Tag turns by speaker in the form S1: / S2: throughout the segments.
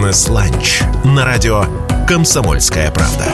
S1: Бизнес-ланч на радио «Комсомольская правда».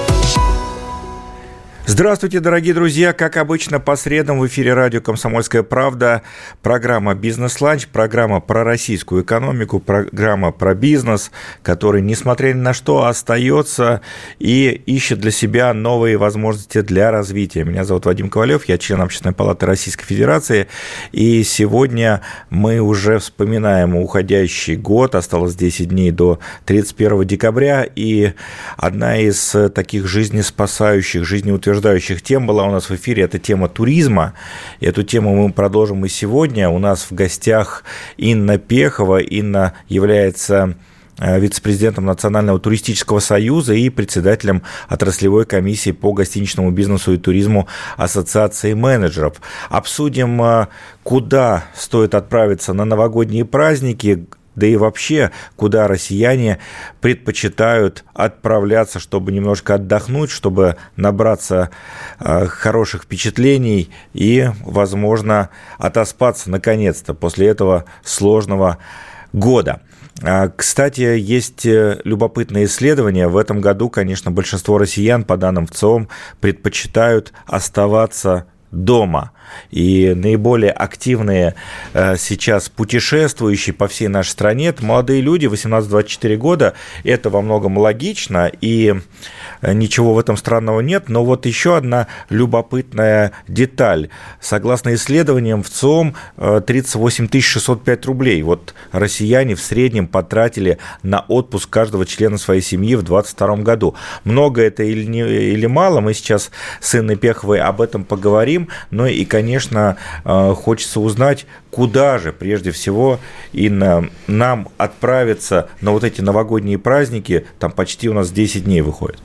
S2: Здравствуйте, дорогие друзья! Как обычно, по средам в эфире радио «Комсомольская правда» программа «Бизнес-ланч», программа про российскую экономику, программа про бизнес, который, несмотря ни на что, остается и ищет для себя новые возможности для развития. Меня зовут Вадим Ковалев, я член Общественной палаты Российской Федерации, и сегодня мы уже вспоминаем уходящий год, осталось 10 дней до 31 декабря, и одна из таких жизнеспасающих, жизнеутверждающих тем была у нас в эфире, это тема туризма. Эту тему мы продолжим и сегодня. У нас в гостях Инна Пехова. Инна является вице-президентом Национального туристического союза и председателем отраслевой комиссии по гостиничному бизнесу и туризму Ассоциации менеджеров. Обсудим, куда стоит отправиться на новогодние праздники, да и вообще, куда россияне предпочитают отправляться, чтобы немножко отдохнуть, чтобы набраться хороших впечатлений и, возможно, отоспаться наконец-то после этого сложного года. Кстати, есть любопытные исследования. В этом году, конечно, большинство россиян, по данным ВЦИОМ, предпочитают оставаться дома. И наиболее активные сейчас путешествующие по всей нашей стране – это молодые люди, 18-24 года. Это во многом логично, и ничего в этом странного нет. Но вот еще одна любопытная деталь. Согласно исследованиям ВЦИОМ, 38 605 рублей вот россияне в среднем потратили на отпуск каждого члена своей семьи в 2022 году. Много это или мало, мы сейчас с Инной Пеховой об этом поговорим. Но и, конечно, хочется узнать, куда же, прежде всего, и нам отправиться на вот эти новогодние праздники. Там почти у нас 10 дней выходит.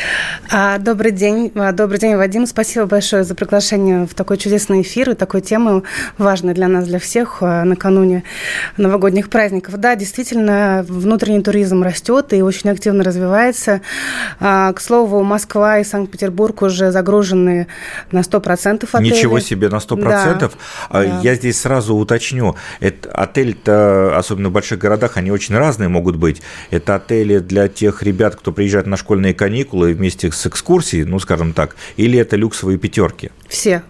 S3: Добрый день, Вадим. Спасибо большое за приглашение в такой чудесный эфир и такой темы, важной для нас, для всех, накануне новогодних праздников. Да, действительно, внутренний туризм растет и очень активно развивается. К слову, Москва и Санкт-Петербург уже загружены на 100% отелей.
S2: Ничего себе, на 100%? Да. Я здесь сразу уточню. Отели-то, особенно в больших городах, они очень разные могут быть. Это отели для тех ребят, кто приезжает на школьные каникулы вместе с экскурсией, ну, скажем так, или это люксовые пятерки?
S3: Все.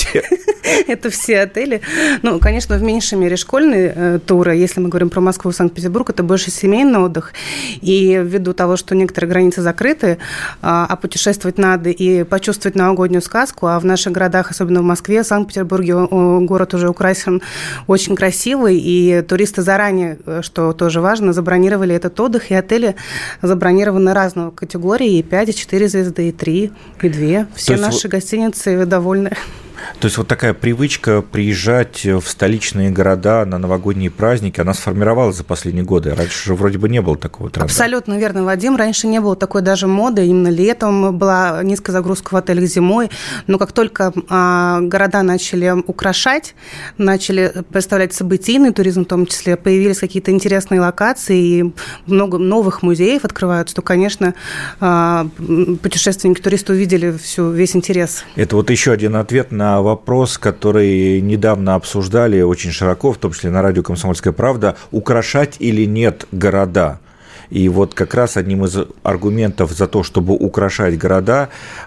S3: Это все отели. Ну, конечно, в меньшей мере школьные туры. Если мы говорим про Москву и Санкт-Петербург, это больше семейный отдых. И ввиду того, что некоторые границы закрыты, а путешествовать надо и почувствовать новогоднюю сказку, а в наших городах, особенно в Москве, Санкт-Петербурге, город уже украсен очень красивый, и туристы заранее, что тоже важно, забронировали этот отдых, и отели забронированы разного категории, и 5, и 4 звезды, и 3, и 2. Все наши гостиницы довольны.
S2: То есть вот такая привычка приезжать в столичные города на новогодние праздники, она сформировалась за последние годы. Раньше же вроде бы не было такого тренда.
S3: Абсолютно верно, Вадим. Раньше не было такой даже моды. Именно летом была низкая загрузка в отелях, зимой. Но как только города начали украшать, начали представлять событийный туризм в том числе, появились какие-то интересные локации, и много новых музеев открываются, то, конечно, путешественники, туристы увидели весь интерес.
S2: Это вот еще один ответ на вопрос, который недавно обсуждали очень широко, в том числе на радио «Комсомольская правда», украшать или нет города. И вот как раз одним из аргументов за то, чтобы украшать города,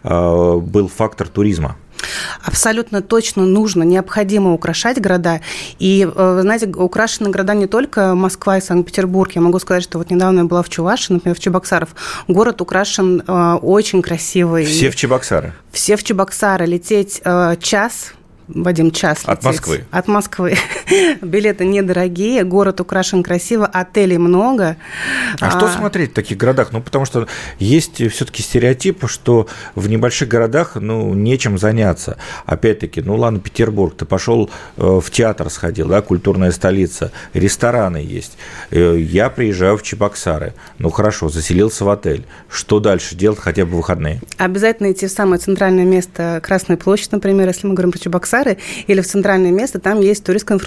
S2: был фактор туризма.
S3: Абсолютно точно нужно, необходимо украшать города. И, знаете, украшены города не только Москва и Санкт-Петербург. Я могу сказать, что вот недавно я была в Чувашии, например, в Чебоксарах. Город украшен очень красивый.
S2: Все в Чебоксары? Все в Чебоксары.
S3: Лететь час... Вадим, час лететь.
S2: От Москвы?
S3: От Москвы. Билеты недорогие, город украшен красиво, отелей много.
S2: А что смотреть в таких городах? Ну, потому что есть все-таки стереотип, что в небольших городах, нечем заняться. Опять-таки, ладно, Петербург, ты пошел в театр сходил, да, культурная столица, рестораны есть. Я приезжаю в Чебоксары. Хорошо, заселился в отель. Что дальше делать хотя бы в выходные?
S3: Обязательно идти в самое центральное место, Красная площадь, например, если мы говорим про Чебоксары, или в центральное место, там есть туристско-информационный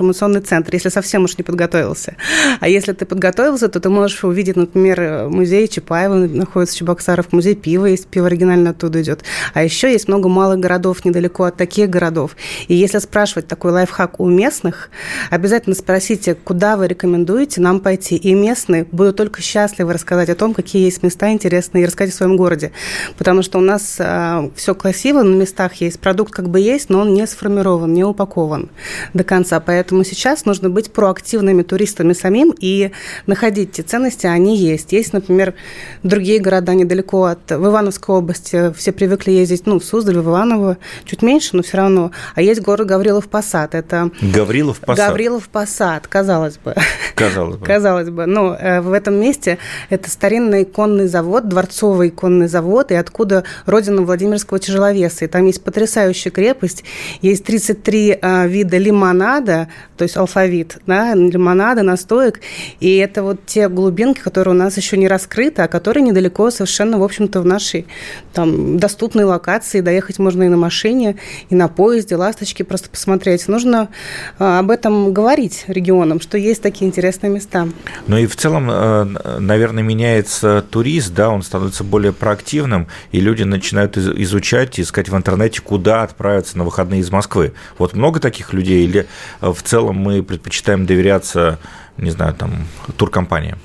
S3: информационный центр, если совсем уж не подготовился. А если ты подготовился, то ты можешь увидеть, например, музей Чапаева находится в Чебоксарах, музей пива есть, пиво оригинально оттуда идет. А еще есть много малых городов недалеко от таких городов. И если спрашивать такой лайфхак у местных, обязательно спросите, куда вы рекомендуете нам пойти. И местные будут только счастливы рассказать о том, какие есть места интересные, и рассказать о своем городе. Потому что у нас все красиво, на местах есть, продукт как бы есть, но он не сформирован, не упакован до конца. Поэтому сейчас нужно быть проактивными туристами самим и находить те ценности, они есть. Есть, например, другие города недалеко в Ивановской области, все привыкли ездить, в Суздаль, в Иваново, чуть меньше, но все равно. А есть город Гаврилов-Посад. Это Гаврилов-Посад, казалось бы. Казалось бы. Но в этом месте это старинный конный завод, дворцовый конный завод, и откуда родина Владимирского тяжеловеса. И там есть потрясающая крепость, есть 33 вида лимонада, то есть алфавит, да, лимонада, настоек, и это вот те глубинки, которые у нас еще не раскрыты, а которые недалеко совершенно, в общем-то, в нашей там доступной локации. Доехать можно и на машине, и на поезде, ласточки просто посмотреть. Нужно об этом говорить регионам, что есть такие интересные места.
S2: Ну и в целом, наверное, меняется турист, да, он становится более проактивным, и люди начинают изучать, искать в интернете, куда отправиться на выходные из Москвы. Вот много таких людей, или в целом мы предпочитаем доверяться, не знаю, туркомпаниям?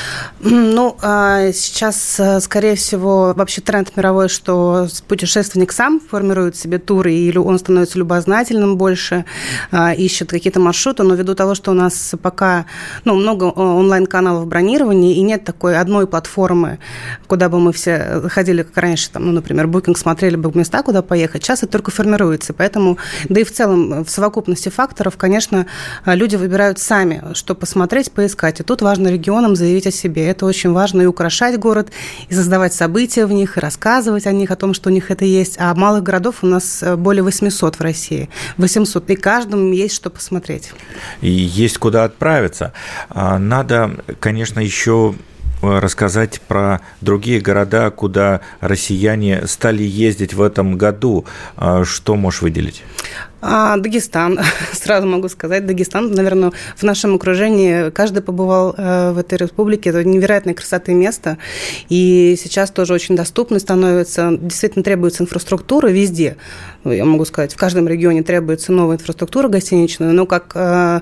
S3: Сейчас, скорее всего, вообще тренд мировой, что путешественник сам формирует себе туры, и он становится любознательным больше, ищет какие-то маршруты, но ввиду того, что у нас пока много онлайн-каналов бронирования, и нет такой одной платформы, куда бы мы все заходили, как раньше, например, Booking, смотрели бы места, куда поехать, сейчас это только формируется, поэтому, да и в целом, в совокупности факторов, конечно, люди выбирают сами, что посмотреть, поискать, и тут важно регионам заявить о себе. Это очень важно и украшать город, и создавать события в них, и рассказывать о них, о том, что у них это есть. А малых городов у нас более 800 в России. 800. И каждому есть что посмотреть.
S2: И есть куда отправиться. Надо, конечно, еще рассказать про другие города, куда россияне стали ездить в этом году. Что можешь выделить?
S3: Дагестан, сразу могу сказать, Дагестан, наверное, в нашем окружении каждый побывал в этой республике, это невероятной красоты место, и сейчас тоже очень доступно становится, действительно требуется инфраструктура везде, я могу сказать, в каждом регионе требуется новая инфраструктура гостиничная, но как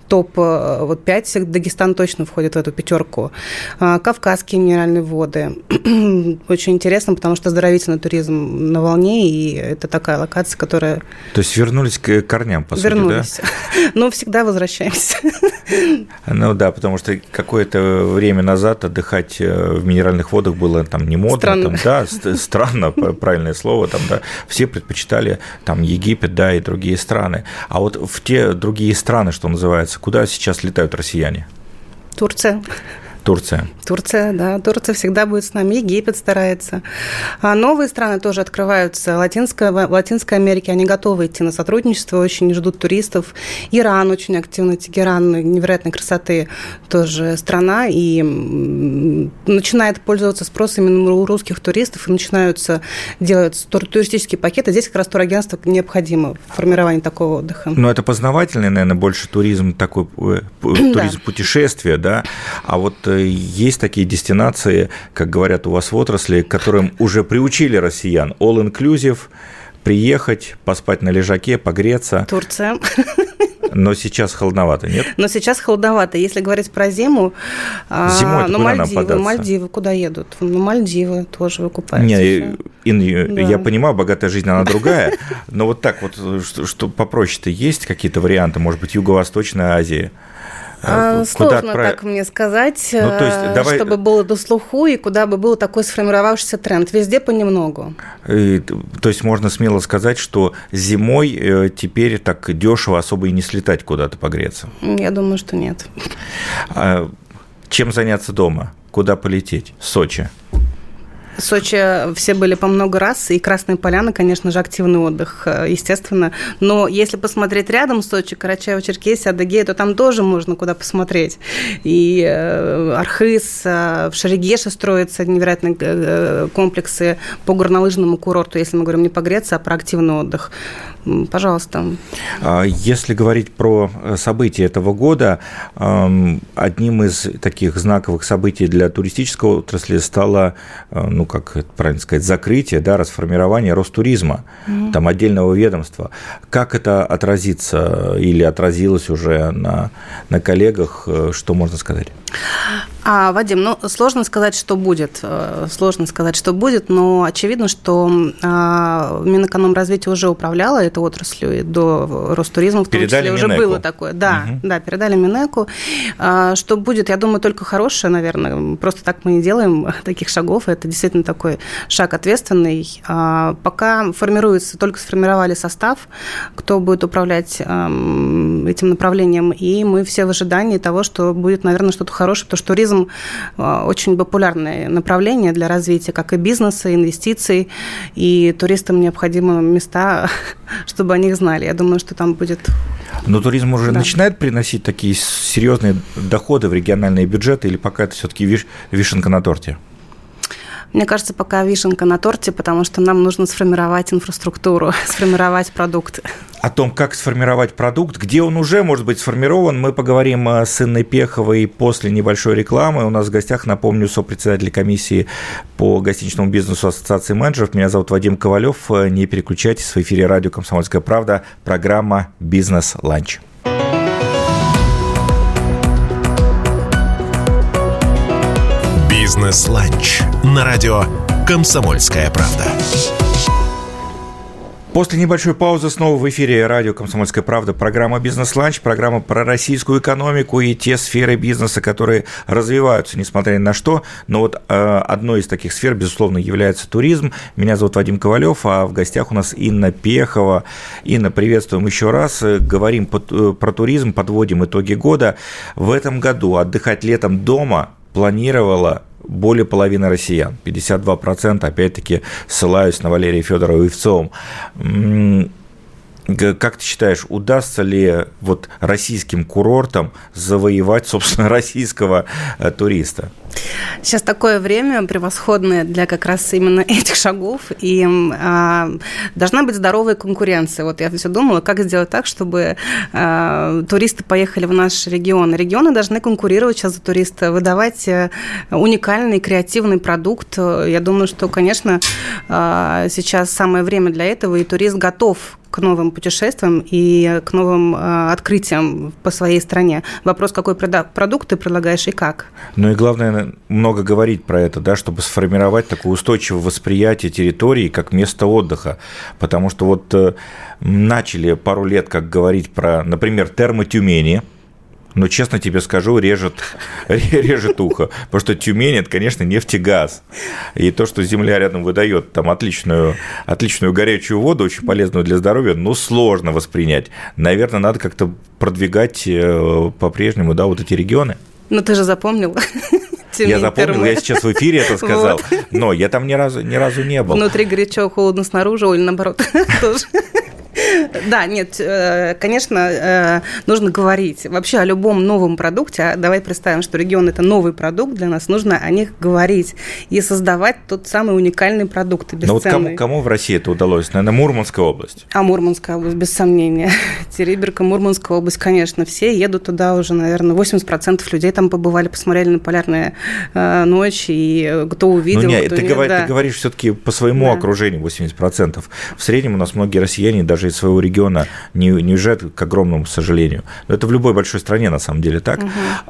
S3: топ-5 Дагестан точно входит в эту пятерку. Кавказские минеральные воды, очень интересно, потому что оздоровительный туризм на волне, и это такая локация, которая...
S2: То есть вернулись к корням, по сути, да?
S3: Но всегда возвращаемся.
S2: Да, потому что какое-то время назад отдыхать в минеральных водах было не модно. Странно, правильное слово. Все предпочитали Египет, да, и другие страны. А вот в те другие страны, что называется, куда сейчас летают россияне?
S3: Турция, да. Турция всегда будет с нами. Египет старается. А новые страны тоже открываются. Латинской Америке они готовы идти на сотрудничество, очень ждут туристов. Иран очень активно. Тегеран невероятной красоты тоже страна. И начинает пользоваться спросом именно у русских туристов. И начинаются делать туристические пакеты. Здесь как раз турагентство необходимо в формировании такого отдыха.
S2: Но это познавательный, наверное, больше туризм, такой туризм путешествия, да? А вот есть такие дестинации, как говорят у вас в отрасли, к которым уже приучили россиян. All-inclusive, приехать, поспать на лежаке, погреться.
S3: Турция.
S2: Но сейчас холодновато, нет?
S3: Но сейчас холодновато. Если говорить про зиму,
S2: зимой куда нам податься?
S3: Мальдивы куда едут? Мальдивы тоже выкупаются.
S2: Я понимаю, богатая жизнь, она другая, но вот так вот, что попроще-то есть какие-то варианты, может быть, Юго-Восточная Азия?
S3: Сложно так мне сказать, чтобы было до слуху и куда бы был такой сформировавшийся тренд. Везде понемногу.
S2: То есть можно смело сказать, что зимой теперь так дешево особо и не слетать куда-то погреться?
S3: Я думаю, что нет.
S2: Чем заняться дома? Куда полететь? Сочи.
S3: Сочи все были по много раз, и Красная Поляна, конечно же, активный отдых, естественно. Но если посмотреть рядом Сочи, Карачаево-Черкесия, Адыгея, то там тоже можно куда посмотреть. И Архыз, в Шерегеше строятся невероятные комплексы по горнолыжному курорту, если мы говорим не погреться, а про активный отдых. пожалуйста.
S2: Если говорить про события этого года, одним из таких знаковых событий для туристической отрасли стало, как это правильно сказать, закрытие, расформирование Ростуризма, там отдельного ведомства. Как это отразится или отразилось уже на коллегах, что можно сказать?
S3: Вадим, сложно сказать, что будет. Но очевидно, что Минэкономразвитие уже управляло этой отраслью, и до Ростуризма в том числе уже было такое. Да, передали Минэку. Что будет, я думаю, только хорошее, наверное. Просто так мы не делаем таких шагов. Это действительно такой шаг ответственный. Пока только сформировали состав, кто будет управлять этим направлением, и мы все в ожидании того, что будет, наверное, что-то хорошее, потому что туризм очень популярное направление для развития как и бизнеса, и инвестиций, и туристам необходимы места, чтобы о них знали. Я думаю, что там будет...
S2: Но туризм уже начинает приносить такие серьезные доходы в региональные бюджеты, или пока это все-таки вишенка на торте?
S3: Мне кажется, пока вишенка на торте, потому что нам нужно сформировать инфраструктуру, сформировать продукт.
S2: О том, как сформировать продукт, где он уже может быть сформирован, мы поговорим с Инной Пеховой после небольшой рекламы. У нас в гостях, напомню, сопредседатель комиссии по гостиничному бизнесу Ассоциации менеджеров. Меня зовут Вадим Ковалев. Не переключайтесь, в эфире радио «Комсомольская правда», программа «Бизнес-ланч».
S1: «Бизнес-ланч» на радио «Комсомольская правда».
S2: После небольшой паузы снова в эфире радио «Комсомольская правда», программа «Бизнес-ланч», программа про российскую экономику и те сферы бизнеса, которые развиваются, несмотря ни на что. Но одной из таких сфер, безусловно, является туризм. Меня зовут Вадим Ковалев, а в гостях у нас Инна Пехова. Инна, приветствуем еще раз. Говорим про туризм, подводим итоги года. В этом году отдыхать летом дома планировала более половины россиян, 52%, опять-таки, ссылаюсь на Валерия Федорова Ивцовым. Как ты считаешь, удастся ли российским курортам завоевать, собственно, российского туриста?
S3: Сейчас такое время превосходное для как раз именно этих шагов, и должна быть здоровая конкуренция. Я все думала, как сделать так, чтобы туристы поехали в наш регион. Регионы должны конкурировать сейчас за туриста, выдавать уникальный, креативный продукт. Я думаю, что, конечно, сейчас самое время для этого, и турист готов к новым путешествиям и к новым открытиям по своей стране. Вопрос, какой продукт ты предлагаешь и как.
S2: Ну и главное, много говорить про это, чтобы сформировать такое устойчивое восприятие территории как место отдыха. Потому что начали пару лет как говорить про, например, термо Тюмени. Но, честно тебе скажу, режет ухо. Потому что Тюмень – это, конечно, нефть и газ. И то, что земля рядом выдает там отличную горячую воду, очень полезную для здоровья, сложно воспринять. Наверное, надо как-то продвигать по-прежнему, эти регионы.
S3: Но ты же запомнил.
S2: Я запомнил, я сейчас в эфире это сказал, но я там ни разу не был.
S3: Внутри горячо, холодно снаружи, или наоборот, тоже. Да, нет, конечно, нужно говорить вообще о любом новом продукте. Давай представим, что регион – это новый продукт для нас, нужно о них говорить и создавать тот самый уникальный продукт, бесценный.
S2: Но кому в России это удалось? Наверное, Мурманская область.
S3: Мурманская область, без сомнения. Териберка, Мурманская область, конечно, все едут туда уже, наверное, 80% людей там побывали, посмотрели на полярную ночь, и кто увидел, кто
S2: ты говоришь все-таки по своему окружению 80%. В среднем у нас многие россияне даже из своего региона не уезжают, к огромному сожалению. Но это в любой большой стране, на самом деле, так.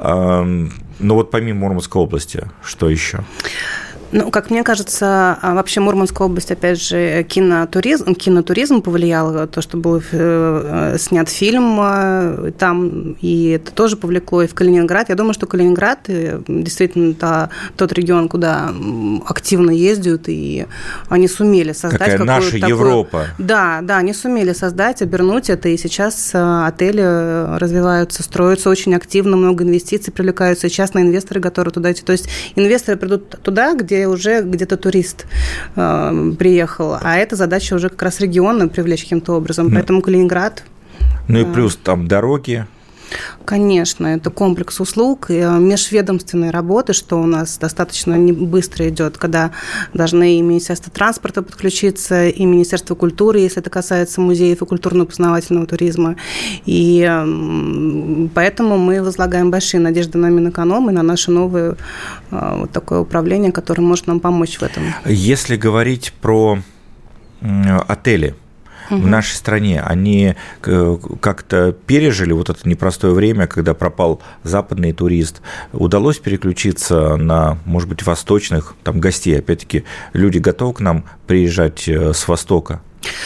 S2: Но помимо Мурманской области, что еще?
S3: Как мне кажется, вообще Мурманская область, опять же, кинотуризм повлиял, то, что был снят фильм там, и это тоже повлекло и в Калининград. Я думаю, что Калининград действительно тот регион, куда активно ездят, и они сумели создать
S2: какую-то наша Европа.
S3: Да, они сумели создать, обернуть это, и сейчас отели развиваются, строятся очень активно, много инвестиций привлекаются, и частные инвесторы готовы туда идти. То есть инвесторы придут туда, где уже где-то турист приехал, а это задача уже как раз региона привлечь каким-то образом, поэтому Калининград.
S2: И плюс там дороги.
S3: Конечно, это комплекс услуг и межведомственной работы, что у нас достаточно быстро идет, когда должны и Министерство транспорта подключиться, и Министерство культуры, если это касается музеев и культурно-познавательного туризма. И поэтому мы возлагаем большие надежды на Минэконом и на наше новое вот такое управление, которое может нам помочь в этом.
S2: Если говорить про отели, в нашей стране, они как-то пережили вот это непростое время, когда пропал западный турист. Удалось переключиться на, может быть, восточных там гостей? Опять-таки, люди готовы к нам приезжать с Востока?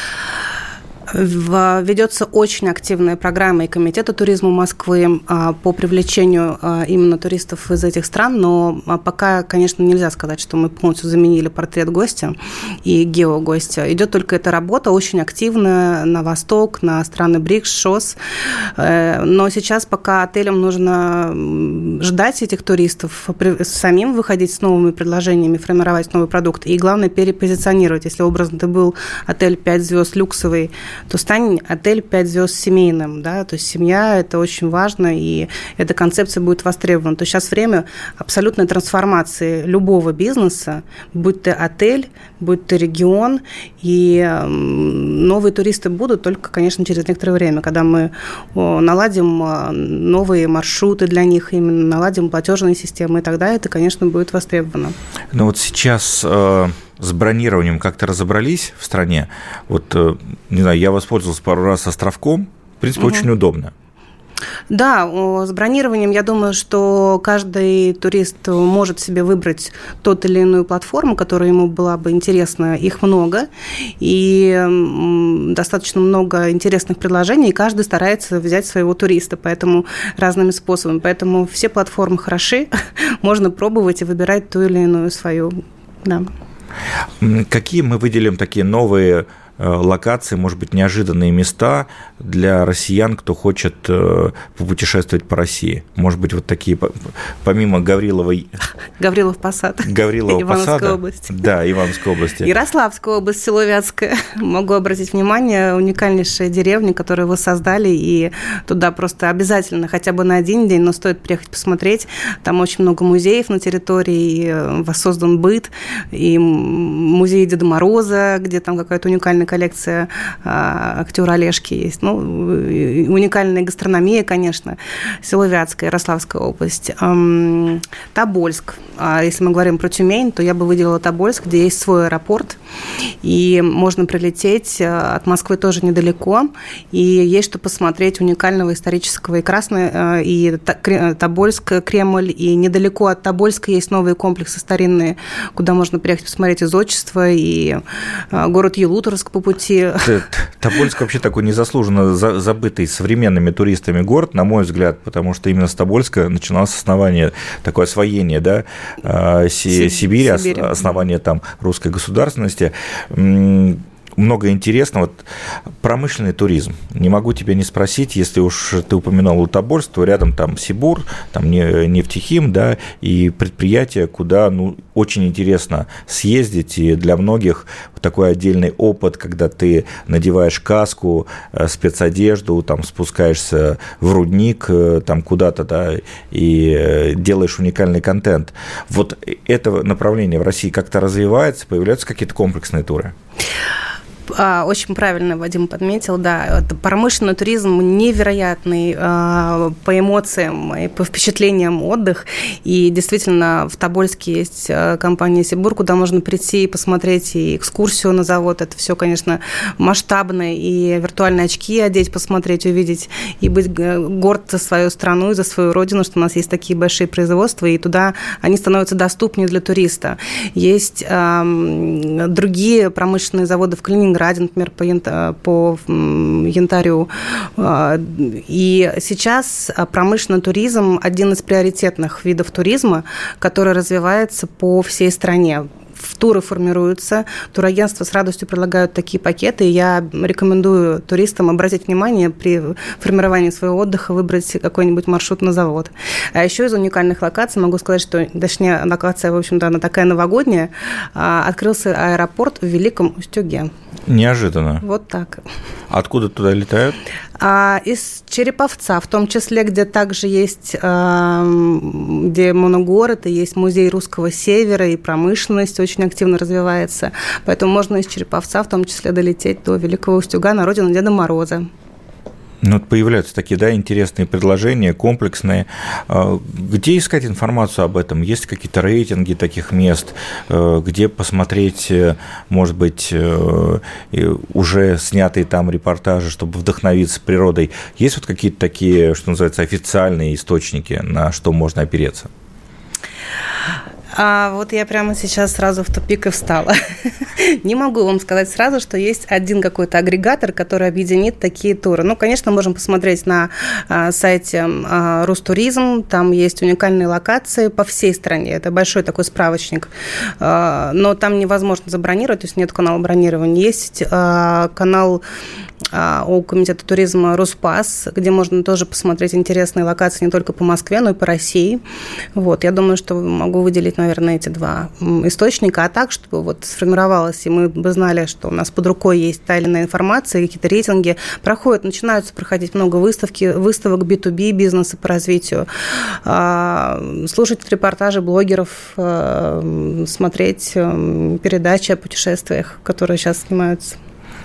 S3: Ведется очень активная программа и Комитета туризма Москвы по привлечению именно туристов из этих стран, но пока, конечно, нельзя сказать, что мы полностью заменили портрет гостя и геогостя. Идет только эта работа очень активная на восток, на страны БРИКС, ШОС. Но сейчас пока отелям нужно ждать этих туристов, самим выходить с новыми предложениями, формировать новый продукт и, главное, перепозиционировать. Если образно ты был отель 5 звезд люксовый, то стань отель 5 звезд семейным, да, то есть семья – это очень важно, и эта концепция будет востребована. То есть сейчас время абсолютной трансформации любого бизнеса, будь то отель, будь то регион, и новые туристы будут только, конечно, через некоторое время, когда мы наладим новые маршруты для них, именно наладим платежные системы, и тогда это, конечно, будет востребовано.
S2: Но вот сейчас с бронированием как-то разобрались в стране. Вот, не знаю, я воспользовался пару раз Островком. В принципе, очень удобно.
S3: Да, с бронированием, я думаю, что каждый турист может себе выбрать тот или иную платформу, которая ему была бы интересна. Их много, и достаточно много интересных предложений, и каждый старается взять своего туриста, поэтому разными способами. Поэтому все платформы хороши, можно пробовать и выбирать ту или иную свою. Да.
S2: Какие мы выделим такие новые локации, может быть, неожиданные места для россиян, кто хочет попутешествовать по России? Может быть, вот такие, помимо Гаврилов
S3: Посад.
S2: Ивановской области. Да, Ивановской области.
S3: Ярославская область, село Вятское. Могу обратить внимание, уникальнейшая деревня, которую вы создали, и туда просто обязательно хотя бы на один день, но стоит приехать посмотреть. Там очень много музеев на территории, воссоздан быт, и музей Деда Мороза, где там какая-то уникальная коллекция актера Олежки есть. Ну, уникальная гастрономия, конечно. Село Вятское, Ярославская область. Тобольск. Если мы говорим про Тюмень, то я бы выделила Тобольск, где есть свой аэропорт, и можно прилететь. От Москвы тоже недалеко, и есть что посмотреть уникального исторического. И Красное, и Тобольск, Кремль, и недалеко от Тобольска есть новые комплексы старинные, куда можно приехать посмотреть изотчество, и город Елуторовск по пути.
S2: Тобольск вообще такой незаслуженно забытый современными туристами город, на мой взгляд, потому что именно с Тобольска начиналось основание, такое освоение, да, Сибири, основание там русской государственности. Много интересного. Вот промышленный туризм. Не могу тебя не спросить, если уж ты упомянул Тобольск, то рядом там Сибур, там Нефтехим, да, и предприятия, куда, ну, очень интересно съездить, и для многих такой отдельный опыт, когда ты надеваешь каску, спецодежду, там спускаешься в рудник, там куда-то, да, и делаешь уникальный контент. Вот это направление в России как-то развивается, появляются какие-то комплексные туры?
S3: Очень правильно Вадим подметил, да, это промышленный туризм невероятный по эмоциям и по впечатлениям отдых, и действительно в Тобольске есть компания «Сибур», куда можно прийти и посмотреть и экскурсию на завод, это все, конечно, масштабно, и виртуальные очки одеть, посмотреть, увидеть, и быть горд за свою страну и за свою родину, что у нас есть такие большие производства, и туда они становятся доступнее для туриста. Есть другие промышленные заводы в Калининграде, например, по янтарю. И сейчас промышленный туризм – один из приоритетных видов туризма, который развивается по всей стране. туры формируются, турагентства с радостью предлагают такие пакеты, и я рекомендую туристам обратить внимание при формировании своего отдыха, выбрать какой-нибудь маршрут на завод. А еще из уникальных локаций могу сказать, что, точнее, локация, в общем-то, она такая новогодняя, открылся аэропорт в Великом Устюге.
S2: Неожиданно.
S3: Вот так.
S2: Откуда туда летают?
S3: Из Череповца, в том числе, где также есть, где моногород, и есть музей русского севера, и промышленность очень активно развивается. Поэтому можно из Череповца, в том числе, долететь до Великого Устюга, на родину Деда Мороза.
S2: Ну, появляются такие, да, интересные предложения, комплексные. Где искать информацию об этом? Есть какие-то рейтинги таких мест? Где посмотреть, может быть, уже снятые там репортажи, чтобы вдохновиться природой? Есть вот какие-то такие, что называется, официальные источники, на что можно опереться?
S3: Вот я прямо сейчас сразу в тупик и встала. Не могу вам сказать сразу, что есть один какой-то агрегатор, который объединит такие туры. Ну, конечно, можем посмотреть на сайте Рустуризм, там есть уникальные локации по всей стране. Это большой такой справочник. Но там невозможно забронировать, то есть нет канала бронирования. Есть канал у Комитета туризма Руспас, где можно тоже посмотреть интересные локации не только по Москве, но и по России. Вот, я думаю, что могу выделить, наверное, эти два источника. А так, чтобы вот сформировалось, и мы бы знали, что у нас под рукой есть та или иная информация, какие-то рейтинги начинаются проходить много выставок B2B бизнеса по развитию, слушать репортажи блогеров, смотреть передачи о путешествиях, которые сейчас снимаются.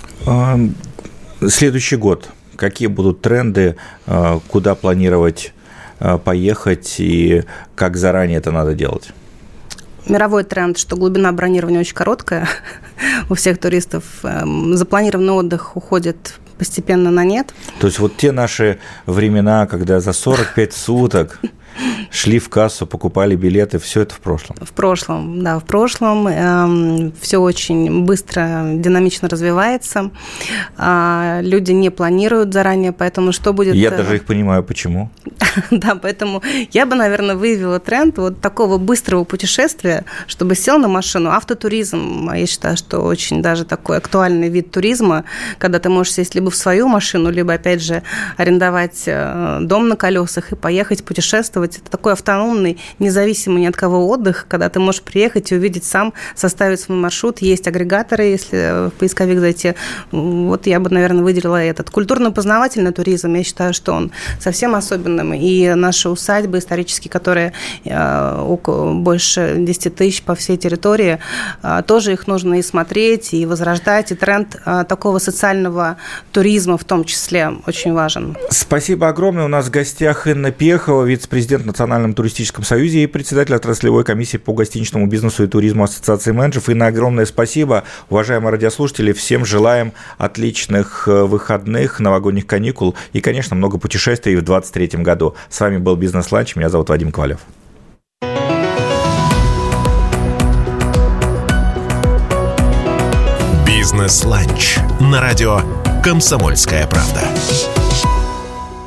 S2: Следующий год. Какие будут тренды, куда планировать поехать и как заранее это надо делать?
S3: Мировой тренд, что глубина бронирования очень короткая у всех туристов. Запланированный отдых уходит постепенно на нет.
S2: То есть вот те наши времена, когда за 45 суток шли в кассу, покупали билеты, все это в прошлом? В прошлом,
S3: да, в прошлом. Все очень быстро, динамично развивается. Люди не планируют заранее, поэтому что будет...
S2: Я даже их понимаю, почему.
S3: Да, поэтому я бы, наверное, выявила тренд вот такого быстрого путешествия, чтобы сел на машину. Автотуризм, я считаю, что очень даже такой актуальный вид туризма, когда ты можешь сесть либо в свою машину, либо, опять же, арендовать дом на колесах и поехать путешествовать. Это такой автономный, независимый ни от кого отдых, когда ты можешь приехать и увидеть сам, составить свой маршрут. Есть агрегаторы, если в поисковик зайти. Вот я бы, наверное, выделила этот. Культурно-познавательный туризм, я считаю, что он совсем особенным. И наши усадьбы исторические, которые больше 10 тысяч по всей территории, тоже их нужно и смотреть, и возрождать. И тренд такого социального туризма в том числе очень важен.
S2: Спасибо огромное. У нас в гостях Инна Пехова, вице-президент Национальном туристическом союзе и председатель отраслевой комиссии по гостиничному бизнесу и туризму Ассоциации менеджеров. Инна, огромное спасибо. Уважаемые радиослушатели, всем желаем отличных выходных, новогодних каникул и, конечно, много путешествий в 2023 году. С вами был «Бизнес-ланч». Меня зовут Вадим Ковалев.
S1: «Бизнес-ланч» на радио «Комсомольская правда».